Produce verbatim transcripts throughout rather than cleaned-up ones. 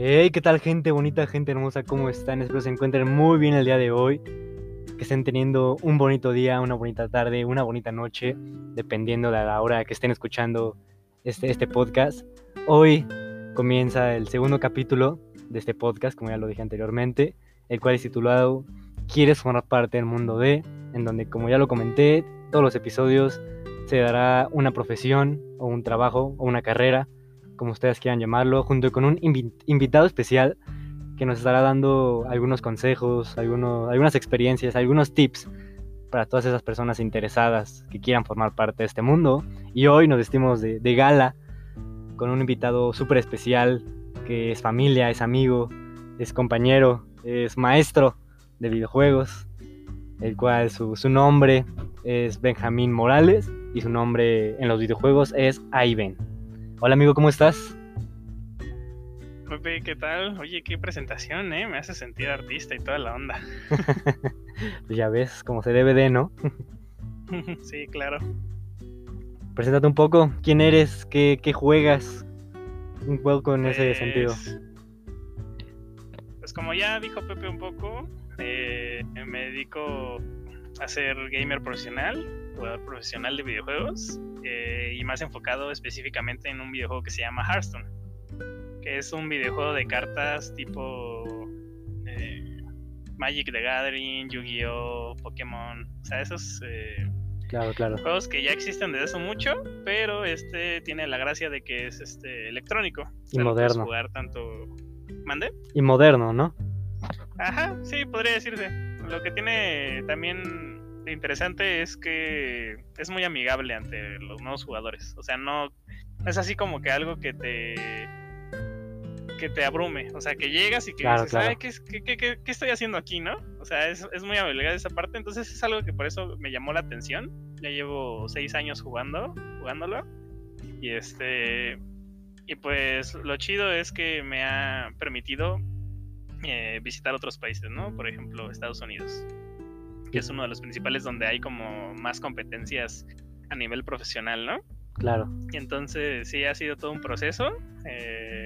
Hey, ¿qué tal, gente bonita, gente hermosa? ¿Cómo están? Espero se encuentren muy bien el día de hoy, que estén teniendo un bonito día, una bonita tarde, una bonita noche, dependiendo de la hora que estén escuchando este, este podcast. Hoy comienza el segundo capítulo de este podcast, como ya lo dije anteriormente, el cual es titulado ¿Quieres formar parte del mundo de? En donde, como ya lo comenté, todos los episodios se dará una profesión o un trabajo o una carrera, como ustedes quieran llamarlo, junto con un invi- invitado especial que nos estará dando algunos consejos, algunos, algunas experiencias, algunos tips para todas esas personas interesadas que quieran formar parte de este mundo. Y hoy nos vestimos de, de gala con un invitado súper especial que es familia, es amigo, es compañero, es maestro de videojuegos, el cual su, su nombre es Benjamín Morales y su nombre en los videojuegos es Ivan. Hola amigo, ¿cómo estás? Pepe, ¿qué tal? Oye, qué presentación, ¿eh? Me hace sentir artista y toda la onda. Pues ya ves, como se debe de, ¿no? Sí, claro. Preséntate un poco, ¿quién eres? ¿Qué, qué juegas? Un poco en Pues, ese sentido. Pues como ya dijo Pepe un poco, eh, me dedico a ser gamer profesional, jugador profesional de videojuegos, eh, y más enfocado específicamente en un videojuego que se llama Hearthstone, que es un videojuego de cartas tipo eh, Magic the Gathering, Yu-Gi-Oh, Pokémon, o sea, esos eh, Claro, claro. juegos que ya existen desde hace mucho, pero este tiene la gracia de que es este electrónico. O sea, Y lo puedes moderno. jugar tanto. ¿Mande? Y moderno, ¿no? Ajá, sí, podría decirse. Lo que tiene también de interesante es que es muy amigable ante los nuevos jugadores. O sea, no, no es así como que algo que te que te abrume. O sea, que llegas y que Claro, dices, claro. ay, ¿qué, qué, qué, qué, ¿qué estoy haciendo aquí, no? O sea, es, es muy amigable esa parte. Entonces es algo que por eso me llamó la atención. Ya llevo seis años jugando, jugándolo. Y este... Y pues lo chido es que me ha permitido eh, visitar otros países, ¿no? Por ejemplo, Estados Unidos, que es uno de los principales donde hay como más competencias a nivel profesional, ¿no? Claro. Y entonces sí, ha sido todo un proceso. Eh,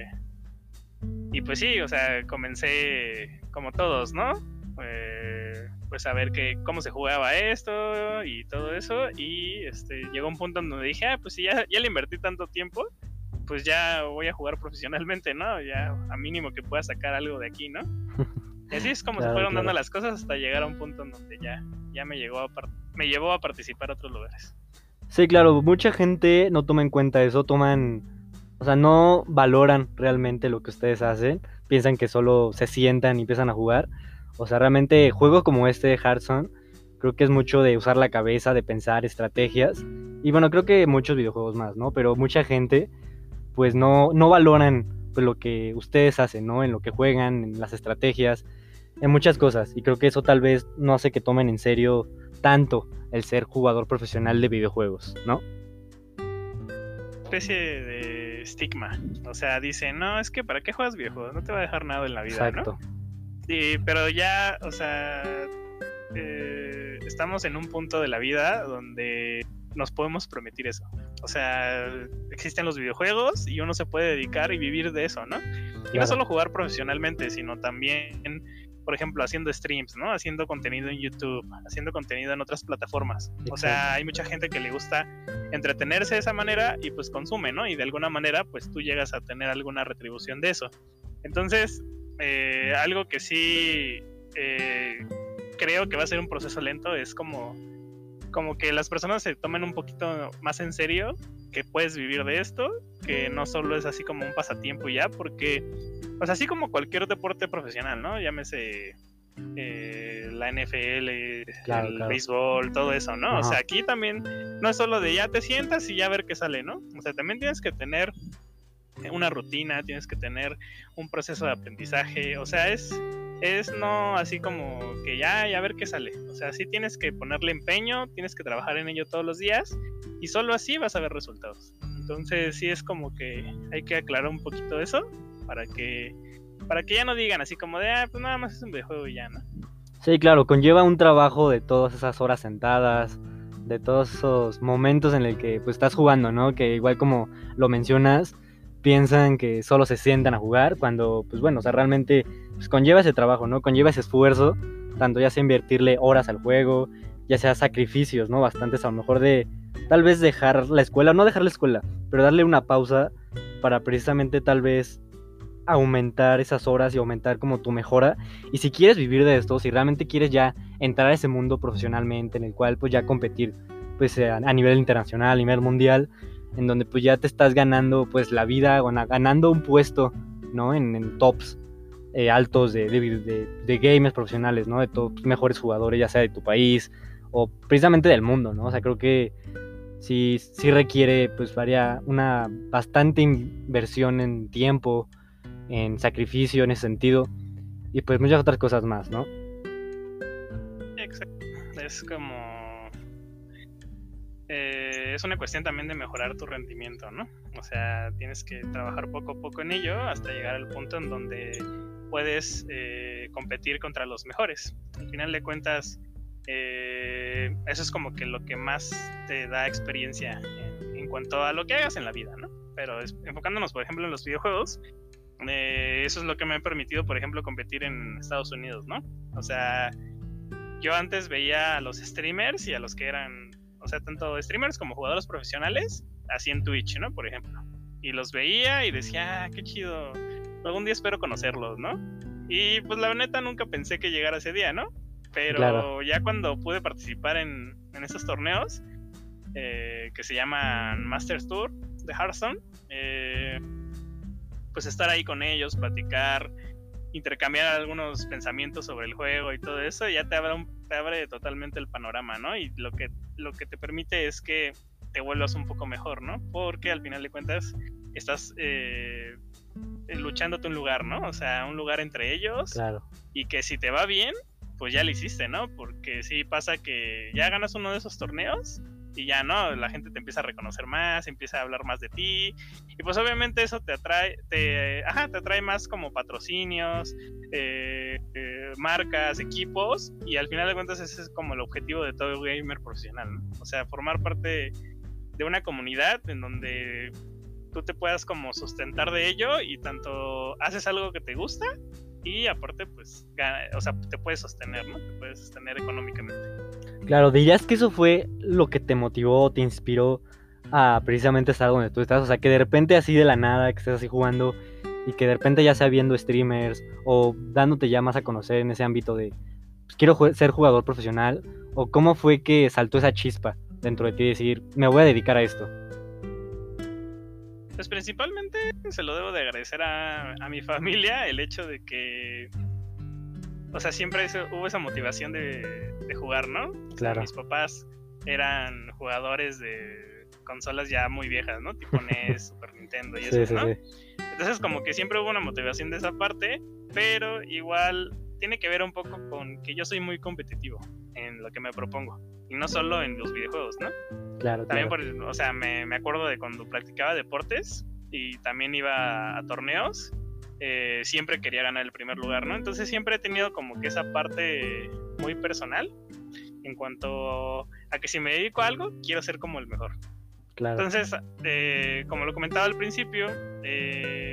y pues sí, o sea, comencé como todos, ¿no? Eh, pues a ver que, cómo se jugaba esto y todo eso. Y este, llegó un punto en donde dije, ah, pues si ya, ya le invertí tanto tiempo, pues ya voy a jugar profesionalmente, ¿no? Ya a mínimo que pueda sacar algo de aquí, ¿no? Y así es como Claro, se fueron claro. dando las cosas hasta llegar a un punto en donde ya, ya me, llegó a par- me llevó a participar a otros lugares. Sí, claro, mucha gente no toma en cuenta eso, toman, o sea, no valoran realmente lo que ustedes hacen, piensan que solo se sientan y empiezan a jugar. O sea, realmente juegos como este de Hearthstone, creo que es mucho de usar la cabeza, de pensar estrategias, y bueno, creo que muchos videojuegos más, ¿no? Pero mucha gente pues no, no valoran pues, lo que ustedes hacen, ¿no? En lo que juegan, en las estrategias, en muchas cosas. Y creo que eso tal vez no hace que tomen en serio tanto el ser jugador profesional de videojuegos, ¿no? Especie de estigma. O sea, dicen, no, es que ¿para qué juegas videojuegos? No te va a dejar nada en la vida, Exacto. ¿no? Y, pero ya, o sea, eh, estamos en un punto de la vida donde nos podemos permitir eso. O sea, existen los videojuegos y uno se puede dedicar y vivir de eso, ¿no? Y Claro. no solo jugar profesionalmente, sino también, por ejemplo, haciendo streams, ¿no? Haciendo contenido en YouTube, haciendo contenido en otras plataformas. Exacto. O sea, hay mucha gente que le gusta entretenerse de esa manera y pues consume, ¿no? Y de alguna manera, pues tú llegas a tener alguna retribución de eso. Entonces, eh, algo que sí eh, creo que va a ser un proceso lento es como como que las personas se tomen un poquito más en serio que puedes vivir de esto, que no solo es así como un pasatiempo ya, porque pues así como cualquier deporte profesional, ¿no? Llámese eh, la N F L, Claro, el claro. béisbol, todo eso, ¿no? Ajá. O sea, aquí también no es solo de ya te sientas y ya ver qué sale, ¿no? O sea, también tienes que tener una rutina, tienes que tener un proceso de aprendizaje, o sea, es es no así como que ya, ya ver qué sale. O sea, sí tienes que ponerle empeño, tienes que trabajar en ello todos los días y solo así vas a ver resultados. Entonces sí es como que hay que aclarar un poquito eso para que para que ya no digan así como de, ah, pues nada más es un videojuego y ya, ¿no? Sí, claro, conlleva un trabajo de todas esas horas sentadas, de todos esos momentos en el que pues estás jugando, ¿no? Que igual como lo mencionas, piensan que solo se sientan a jugar cuando, pues bueno, o sea, realmente pues, conlleva ese trabajo, ¿no? Conlleva ese esfuerzo, tanto ya sea invertirle horas al juego, ya sea sacrificios, ¿no? Bastantes a lo mejor de tal vez dejar la escuela, no dejar la escuela, pero darle una pausa para precisamente tal vez aumentar esas horas y aumentar como tu mejora. Y si quieres vivir de esto, si realmente quieres ya entrar a ese mundo profesionalmente en el cual pues ya competir pues a, a nivel internacional, a nivel mundial, en donde pues ya te estás ganando pues la vida, ganando un puesto, ¿no? En, en tops eh, altos de, de, de, de gamers profesionales, ¿no? De todos mejores jugadores, ya sea de tu país o precisamente del mundo, ¿no? O sea, creo que sí, sí requiere pues varia, una bastante inversión en tiempo, en sacrificio en ese sentido y pues muchas otras cosas más, ¿no? Exacto. Es como eh, es una cuestión también de mejorar tu rendimiento, ¿no? O sea, tienes que trabajar poco a poco en ello hasta llegar al punto en donde puedes eh, competir contra los mejores. Al final de cuentas, eh, eso es como que lo que más te da experiencia en, en cuanto a lo que hagas en la vida, ¿no? Pero es, enfocándonos, por ejemplo, en los videojuegos, eh, eso es lo que me ha permitido, por ejemplo, competir en Estados Unidos, ¿no? O sea, yo antes veía a los streamers y a los que eran, o sea, tanto streamers como jugadores profesionales, así en Twitch, ¿no? Por ejemplo. Y los veía y decía, ah, qué chido, algún día espero conocerlos, ¿no? Y pues la neta nunca pensé que llegara ese día, ¿no? Pero claro, ya cuando pude participar en, en esos torneos, eh, que se llaman Masters Tour de Hearthstone, eh, pues estar ahí con ellos, platicar, intercambiar algunos pensamientos sobre el juego y todo eso, ya te abre, un, te abre totalmente el panorama, ¿no? Y lo que, lo que te permite es que te vuelvas un poco mejor, ¿no? Porque al final de cuentas estás eh, luchándote un lugar, ¿no? O sea, un lugar entre ellos. Claro. Y que si te va bien, pues ya lo hiciste, ¿no? Porque sí pasa que ya ganas uno de esos torneos y ya, ¿no? La gente te empieza a reconocer más, empieza a hablar más de ti y pues obviamente eso te atrae, te, ajá, te atrae más como patrocinios, eh, eh, marcas, equipos y al final de cuentas ese es como el objetivo de todo gamer profesional, ¿no? O sea, formar parte de una comunidad en donde tú te puedas como sustentar de ello y tanto haces algo que te gusta y aparte pues gana, o sea, te puedes sostener, ¿no? Te puedes sostener económicamente. Claro, dirías que eso fue lo que te motivó, te inspiró a precisamente estar donde tú estás, o sea, que de repente así de la nada, que estés así jugando y que de repente ya sea viendo streamers o dándote ya más a conocer en ese ámbito de pues, quiero ju- ser jugador profesional, o cómo fue que saltó esa chispa dentro de ti y decir, me voy a dedicar a esto. Pues principalmente se lo debo de agradecer a, a mi familia, el hecho de que, o sea, siempre eso, hubo esa motivación de, de jugar, ¿no? O sea, Claro. mis papás eran jugadores de consolas ya muy viejas, ¿no? Tipo N E S, Super Nintendo y Sí, eso, sí, ¿no? sí. Entonces como que siempre hubo una motivación de esa parte, pero igual tiene que ver un poco con que yo soy muy competitivo en lo que me propongo. Y no solo en los videojuegos, ¿no? Claro, También, claro. por, o sea, me, me acuerdo de cuando practicaba deportes y también iba a torneos, eh, siempre quería ganar el primer lugar, ¿no? Entonces siempre he tenido como que esa parte muy personal en cuanto a que si me dedico a algo, quiero ser como el mejor. Claro. Entonces, eh, como lo comentaba al principio, eh,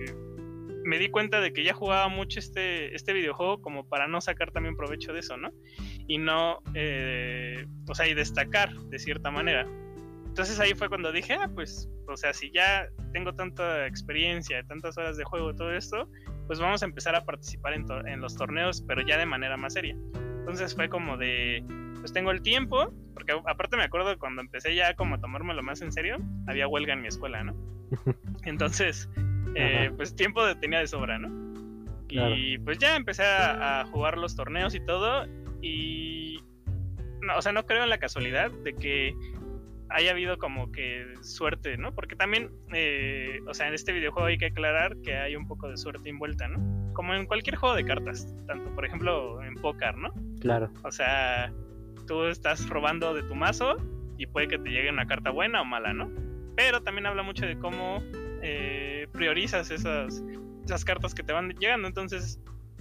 me di cuenta de que ya jugaba mucho este, este videojuego como para no sacar también provecho de eso, ¿no? Y no, eh, o sea, y destacar de cierta manera. Entonces ahí fue cuando dije, ah, pues, o sea, si ya tengo tanta experiencia, tantas horas de juego, todo esto, pues vamos a empezar a participar en, to- en los torneos, pero ya de manera más seria. Entonces fue como de, pues tengo el tiempo, porque aparte me acuerdo cuando empecé ya como a tomármelo más en serio, había huelga en mi escuela, ¿no? Entonces, eh, pues tiempo de, tenía de sobra, ¿no? Claro. Y pues ya empecé a, a jugar los torneos y todo, y, no, o sea, no creo en la casualidad de que haya habido como que suerte, ¿no? Porque también, eh, o sea, en este videojuego hay que aclarar que hay un poco de suerte envuelta, ¿no? Como en cualquier juego de cartas, tanto por ejemplo en póker, ¿no? Claro. O sea, tú estás robando de tu mazo y puede que te llegue una carta buena o mala, ¿no? Pero también habla mucho de cómo eh, priorizas esas, esas cartas que te van llegando. Entonces,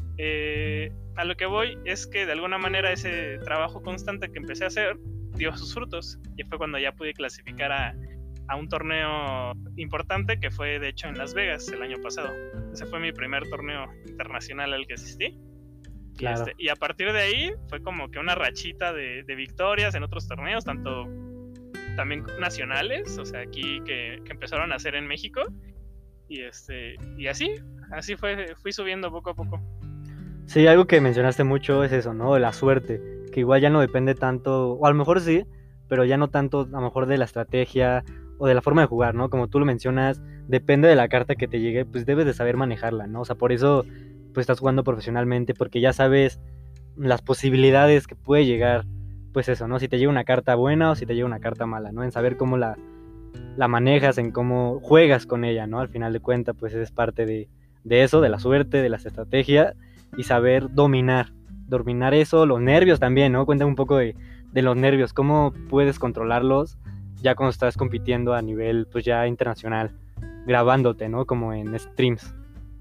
eh, a lo que voy es que de alguna manera ese trabajo constante que empecé a hacer dio sus frutos y fue cuando ya pude clasificar a, a un torneo importante, que fue de hecho en Las Vegas el año pasado. Ese fue mi primer torneo internacional al que asistí. Claro. Y, este, y a partir de ahí fue como que una rachita de, de victorias en otros torneos, tanto también nacionales, o sea, aquí que, que empezaron a hacer en México. Y este y así, así fue, fui subiendo poco a poco. Sí, algo que mencionaste mucho es eso, ¿no? La suerte, que igual ya no depende tanto, o a lo mejor sí, pero ya no tanto a lo mejor de la estrategia o de la forma de jugar, ¿no? Como tú lo mencionas, depende de la carta que te llegue, pues debes de saber manejarla, ¿no? O sea, por eso pues estás jugando profesionalmente, porque ya sabes las posibilidades que puede llegar, pues eso, ¿no? Si te llega una carta buena o si te llega una carta mala, ¿no? En saber cómo la, la manejas, en cómo juegas con ella, ¿no? Al final de cuentas, pues es parte de, de eso, de la suerte, de las estrategias, y saber dominar, dominar eso, los nervios también, ¿no? Cuéntame un poco de, de los nervios, cómo puedes controlarlos ya cuando estás compitiendo a nivel, pues ya internacional, grabándote, ¿no? Como en streams.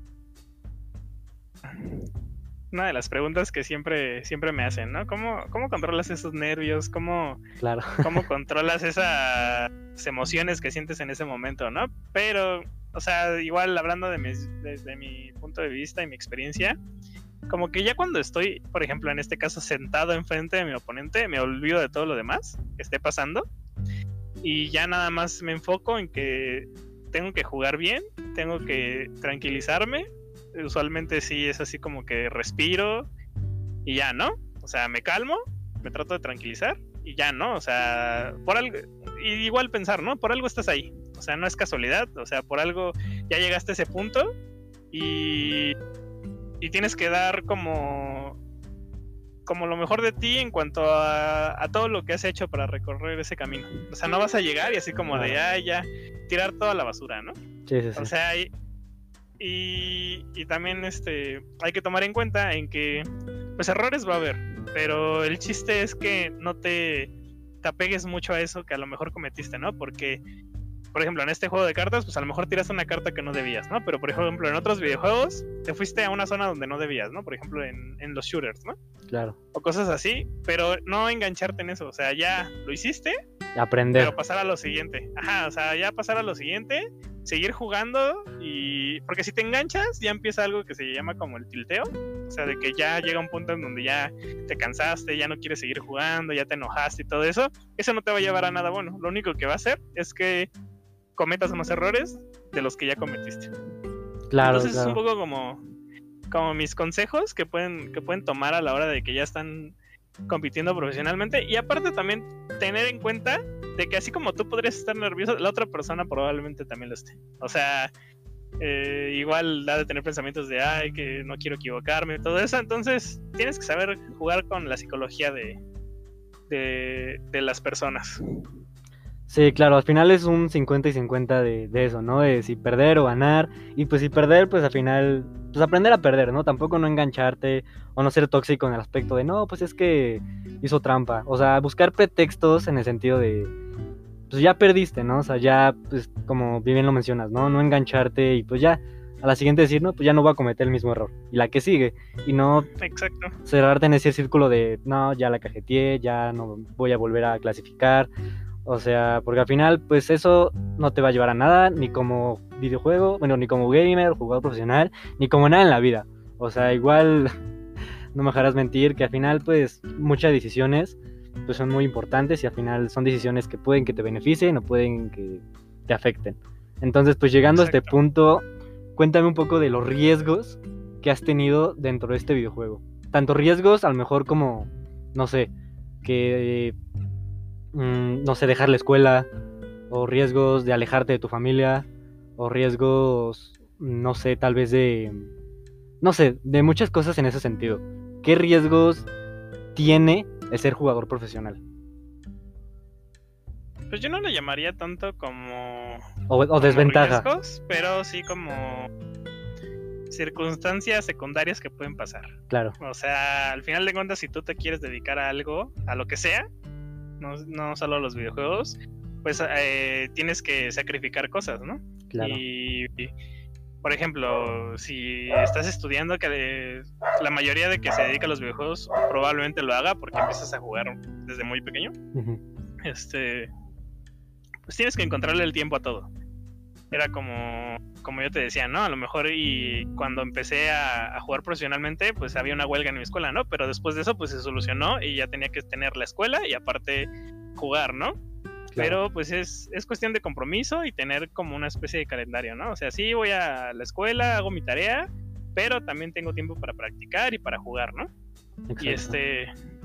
Una de las preguntas que siempre, siempre me hacen, ¿no? ¿Cómo, cómo controlas esos nervios? ¿Cómo, claro. ¿Cómo controlas esas emociones que sientes en ese momento, ¿no? Pero, o sea, igual hablando de mis, desde mi punto de vista y mi experiencia, como que ya cuando estoy, por ejemplo, en este caso sentado enfrente de mi oponente, me olvido de todo lo demás que esté pasando y ya nada más me enfoco en que tengo que jugar bien, tengo que tranquilizarme. Usualmente sí es así como que respiro y ya, ¿no? O sea, me calmo, me trato de tranquilizar y ya, ¿no? O sea, por algo, y igual pensar, ¿no? Por algo estás ahí, o sea, no es casualidad, o sea, por algo ya llegaste a ese punto y, y tienes que dar como, como lo mejor de ti en cuanto a, a todo lo que has hecho para recorrer ese camino. O sea, no vas a llegar y así como de, ay, ya, tirar toda la basura, ¿no? Sí, sí, sí. O sea, y, y, y también este, hay que tomar en cuenta en que, pues errores va a haber, pero el chiste es que no te, te apegues mucho a eso que a lo mejor cometiste, ¿no? Porque, por ejemplo, en este juego de cartas, pues a lo mejor tiraste una carta que no debías, ¿no? Pero, por ejemplo, en otros videojuegos, te fuiste a una zona donde no debías, ¿no? Por ejemplo, en, en los shooters, ¿no? Claro. O cosas así, pero no engancharte en eso, o sea, ya lo hiciste, aprender. Pero pasar a lo siguiente. Ajá, o sea, ya pasar a lo siguiente, seguir jugando y... Porque si te enganchas, ya empieza algo que se llama como el tilteo. O sea, de que ya llega un punto en donde ya te cansaste, ya no quieres seguir jugando, ya te enojaste y todo eso. Eso no te va a llevar a nada bueno. Lo único que va a hacer es que cometas más errores de los que ya cometiste. Claro, Entonces claro. es un poco como, como mis consejos que pueden, que pueden tomar a la hora de que ya están compitiendo profesionalmente. Y aparte también tener en cuenta de que así como tú podrías estar nervioso, la otra persona probablemente también lo esté. O sea, eh, igual da de tener pensamientos de ay, que no quiero equivocarme, todo eso. Entonces tienes que saber jugar con la psicología de, de, de las personas. Sí, claro, al final es un cincuenta y cincuenta de, de eso, ¿no? De si perder o ganar. Y pues si perder, pues al final, pues aprender a perder, ¿no? Tampoco no engancharte o no ser tóxico en el aspecto de, no, pues es que hizo trampa. O sea, buscar pretextos en el sentido de, pues ya perdiste, ¿no? O sea, ya, pues como bien lo mencionas, ¿no? No engancharte y pues ya, a la siguiente decir, no, pues ya no voy a cometer el mismo error. Y la que sigue. Y no Exacto. cerrarte en ese círculo de, no, ya la cajeteé, ya no voy a volver a clasificar. O sea, porque al final, pues eso no te va a llevar a nada, ni como videojuego, bueno, ni como gamer, jugador profesional, ni como nada en la vida. O sea, igual, no me dejarás mentir, que al final, pues, muchas decisiones, pues son muy importantes y al final son decisiones que pueden que te beneficien o pueden que te afecten. Entonces, pues llegando Exacto. a este punto, cuéntame un poco de los riesgos que has tenido dentro de este videojuego. Tanto riesgos, a lo mejor como, no sé, que... no sé, dejar la escuela, o riesgos de alejarte de tu familia, o riesgos, no sé, tal vez de, no sé, de muchas cosas en ese sentido. ¿Qué riesgos tiene el ser jugador profesional? Pues yo no lo llamaría tanto como... O, o como desventaja. Riesgos, pero sí como circunstancias secundarias que pueden pasar. Claro. O sea, al final de cuentas, si tú te quieres dedicar a algo, a lo que sea, no, no solo a los videojuegos, pues eh, tienes que sacrificar cosas, ¿no? Claro. Y, y, por ejemplo, si estás estudiando, que de, la mayoría de que se dedica a los videojuegos probablemente lo haga porque empiezas a jugar desde muy pequeño. Uh-huh. Este, pues tienes que encontrarle el tiempo a todo. era como, como yo te decía, ¿no? A lo mejor y cuando empecé a, a jugar profesionalmente, pues había una huelga en mi escuela, ¿no? Pero después de eso, pues se solucionó y ya tenía que tener la escuela y aparte jugar, ¿no? Claro. Pero pues es, es cuestión de compromiso y tener como una especie de calendario, ¿no? O sea, sí voy a la escuela, hago mi tarea, pero también tengo tiempo para practicar y para jugar, ¿no? Exacto. Y este,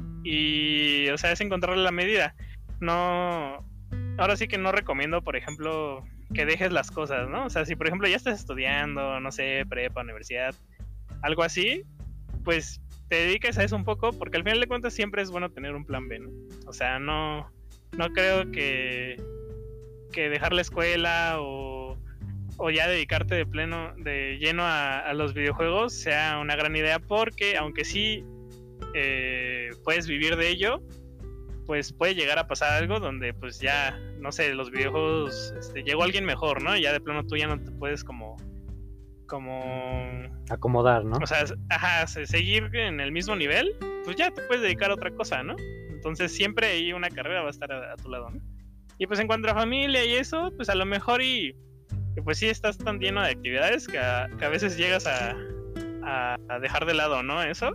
y o sea, es encontrarle la medida. No, ahora sí que no recomiendo, por ejemplo, que dejes las cosas, ¿no? O sea, si por ejemplo ya estás estudiando, no sé, prepa, universidad, algo así, pues te dediques a eso un poco, porque al final de cuentas siempre es bueno tener un plan B, ¿no? O sea, no, no creo que, que dejar la escuela o, o ya dedicarte de pleno, de lleno a, a los videojuegos sea una gran idea, porque aunque sí eh, puedes vivir de ello, pues puede llegar a pasar algo donde pues ya, no sé, los videojuegos, este, llegó alguien mejor, ¿no? Y ya de plano tú ya no te puedes como, como... acomodar, ¿no? O sea, ajá, seguir en el mismo nivel, pues ya te puedes dedicar a otra cosa, ¿no? Entonces siempre ahí una carrera va a estar a, a tu lado, ¿no? Y pues en cuanto a familia y eso, pues a lo mejor y, y pues sí estás tan lleno de actividades que a, que a veces llegas a, a, a dejar de lado, ¿no? Eso.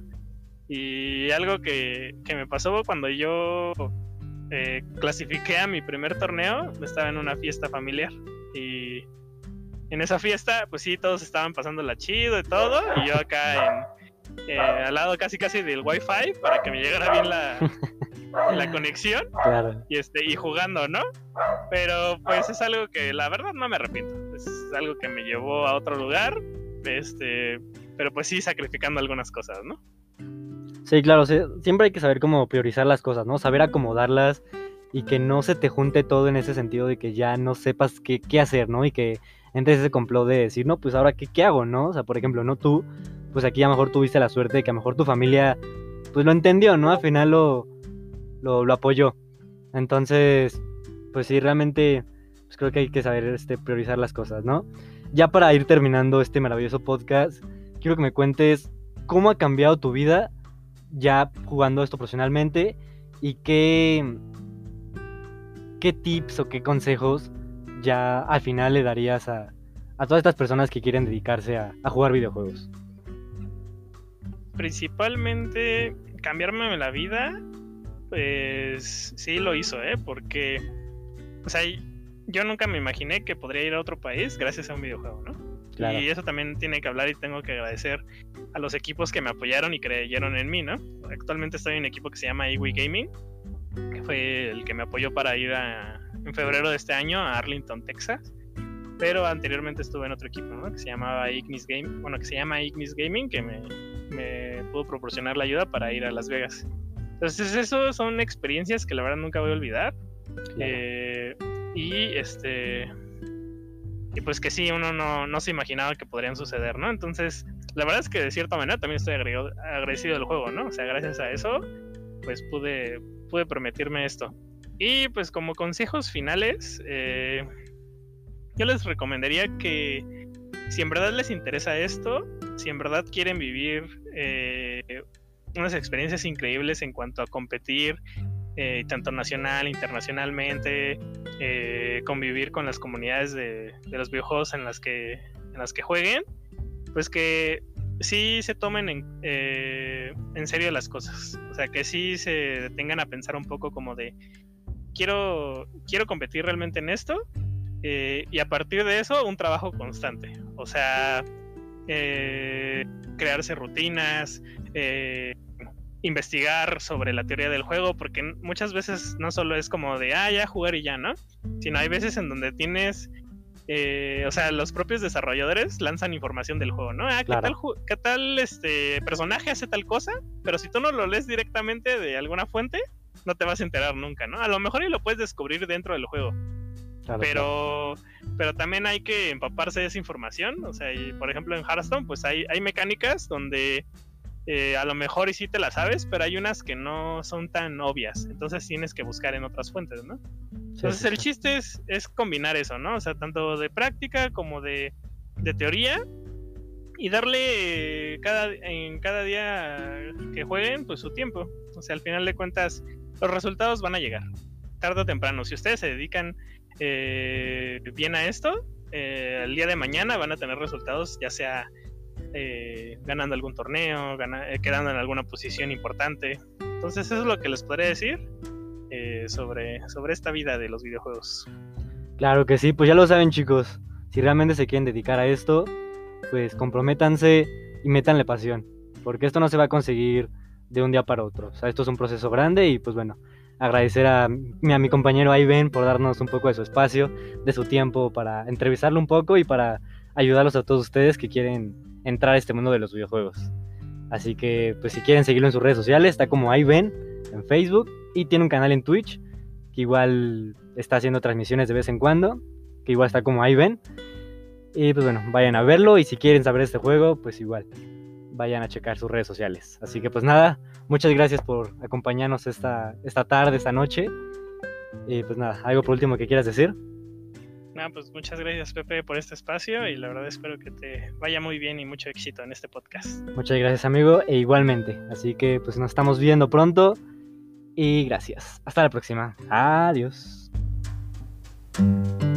Y algo que, que me pasó cuando yo eh, clasifiqué a mi primer torneo, estaba en una fiesta familiar y en esa fiesta, pues sí, todos estaban pasándola chido y todo, y yo acá en, eh, al lado casi casi del wifi para que me llegara bien la, la conexión, claro. y este y jugando, ¿no? Pero pues es algo que la verdad no me arrepiento, es algo que me llevó a otro lugar, este, pero pues sí sacrificando algunas cosas, ¿no? Sí, claro, sí, siempre hay que saber cómo priorizar las cosas, ¿no? Saber acomodarlas y que no se te junte todo en ese sentido de que ya no sepas qué, qué hacer, ¿no? Y que entres ese complot de decir, no, pues ahora, ¿qué, ¿qué hago, no? O sea, por ejemplo, no tú, pues aquí a lo mejor tuviste la suerte de que a lo mejor tu familia, pues lo entendió, ¿no? Al final lo, lo, lo apoyó. Entonces, pues sí, realmente, pues creo que hay que saber este, priorizar las cosas, ¿no? Ya para ir terminando este maravilloso podcast, quiero que me cuentes cómo ha cambiado tu vida ya jugando esto profesionalmente y qué, qué tips o qué consejos ya al final le darías a, a todas estas personas que quieren dedicarse a, a jugar videojuegos. Principalmente cambiarme la vida, pues sí lo hizo, ¿eh? Porque, o sea, yo nunca me imaginé que podría ir a otro país gracias a un videojuego, ¿no? Claro. Y eso también tiene que hablar y tengo que agradecer a los equipos que me apoyaron y creyeron en mí, ¿no? Actualmente estoy en un equipo que se llama Iwi Gaming, que fue el que me apoyó para ir a, en febrero de este año a Arlington, Texas. Pero anteriormente estuve en otro equipo, ¿no? Que se llamaba Ignis Game, bueno, que se llama Ignis Gaming, que me, me pudo proporcionar la ayuda para ir a Las Vegas. Entonces, eso son experiencias que la verdad nunca voy a olvidar. Claro. Eh, y este... Y pues que sí, uno no, no se imaginaba que podrían suceder, ¿no? Entonces, la verdad es que de cierta manera también estoy agregado, agradecido del juego, ¿no? O sea, gracias a eso, pues pude, pude permitirme esto. Y pues como consejos finales, eh, yo les recomendaría que si en verdad les interesa esto, si en verdad quieren vivir eh, unas experiencias increíbles en cuanto a competir, Eh, tanto nacional, internacionalmente, eh, convivir con las comunidades de, de los videojuegos en las que en las que jueguen, pues que sí se tomen en, eh, en serio las cosas, o sea, que sí se detengan a pensar un poco como de quiero, quiero competir realmente en esto, eh, y a partir de eso un trabajo constante, o sea, eh, crearse rutinas, eh, investigar sobre la teoría del juego, porque muchas veces no solo es como de, ah, ya jugar y ya, ¿no? Sino hay veces en donde tienes, eh, o sea, los propios desarrolladores lanzan información del juego, ¿no? Ah, claro. ¿qué tal, qué tal este personaje hace tal cosa? Pero si tú no lo lees directamente de alguna fuente, no te vas a enterar nunca, ¿no? A lo mejor y lo puedes descubrir dentro del juego. Claro, pero, claro. pero también hay que empaparse de esa información, o sea, y por ejemplo en Hearthstone, pues hay, hay mecánicas donde Eh, a lo mejor y sí te la sabes, pero hay unas que no son tan obvias, entonces tienes que buscar en otras fuentes, ¿no? Sí, entonces sí, el chiste es, es combinar eso, ¿no? O sea, tanto de práctica como de, de teoría, y darle cada, en cada día que jueguen, pues su tiempo. O sea, al final de cuentas, los resultados van a llegar, tarde o temprano. Si ustedes se dedican eh, bien a esto, eh, el día de mañana van a tener resultados, ya sea eh, ganando algún torneo, gana, eh, quedando en alguna posición importante. Entonces eso es lo que les podría decir eh, sobre, sobre esta vida de los videojuegos. Claro que sí, pues ya lo saben, chicos. Si realmente se quieren dedicar a esto, pues comprométanse y métanle pasión, porque esto no se va a conseguir de un día para otro. O sea, esto es un proceso grande y pues bueno, agradecer a mi, a mi compañero Ivan por darnos un poco de su espacio, de su tiempo para entrevistarlo un poco y para ayudarlos a todos ustedes que quieren entrar a este mundo de los videojuegos. Así que pues si quieren seguirlo en sus redes sociales, está como Ivan en Facebook y tiene un canal en Twitch que igual está haciendo transmisiones de vez en cuando, que igual está como Ivan. Y pues bueno, vayan a verlo y si quieren saber este juego, pues igual vayan a checar sus redes sociales. Así que pues nada, muchas gracias por acompañarnos esta, esta tarde, esta noche. Y pues nada, ¿algo por último que quieras decir? Nada, pues muchas gracias, Pepe, por este espacio y la verdad espero que te vaya muy bien y mucho éxito en este podcast. Muchas gracias, amigo, e igualmente. Así que pues nos estamos viendo pronto y gracias. Hasta la próxima. Adiós.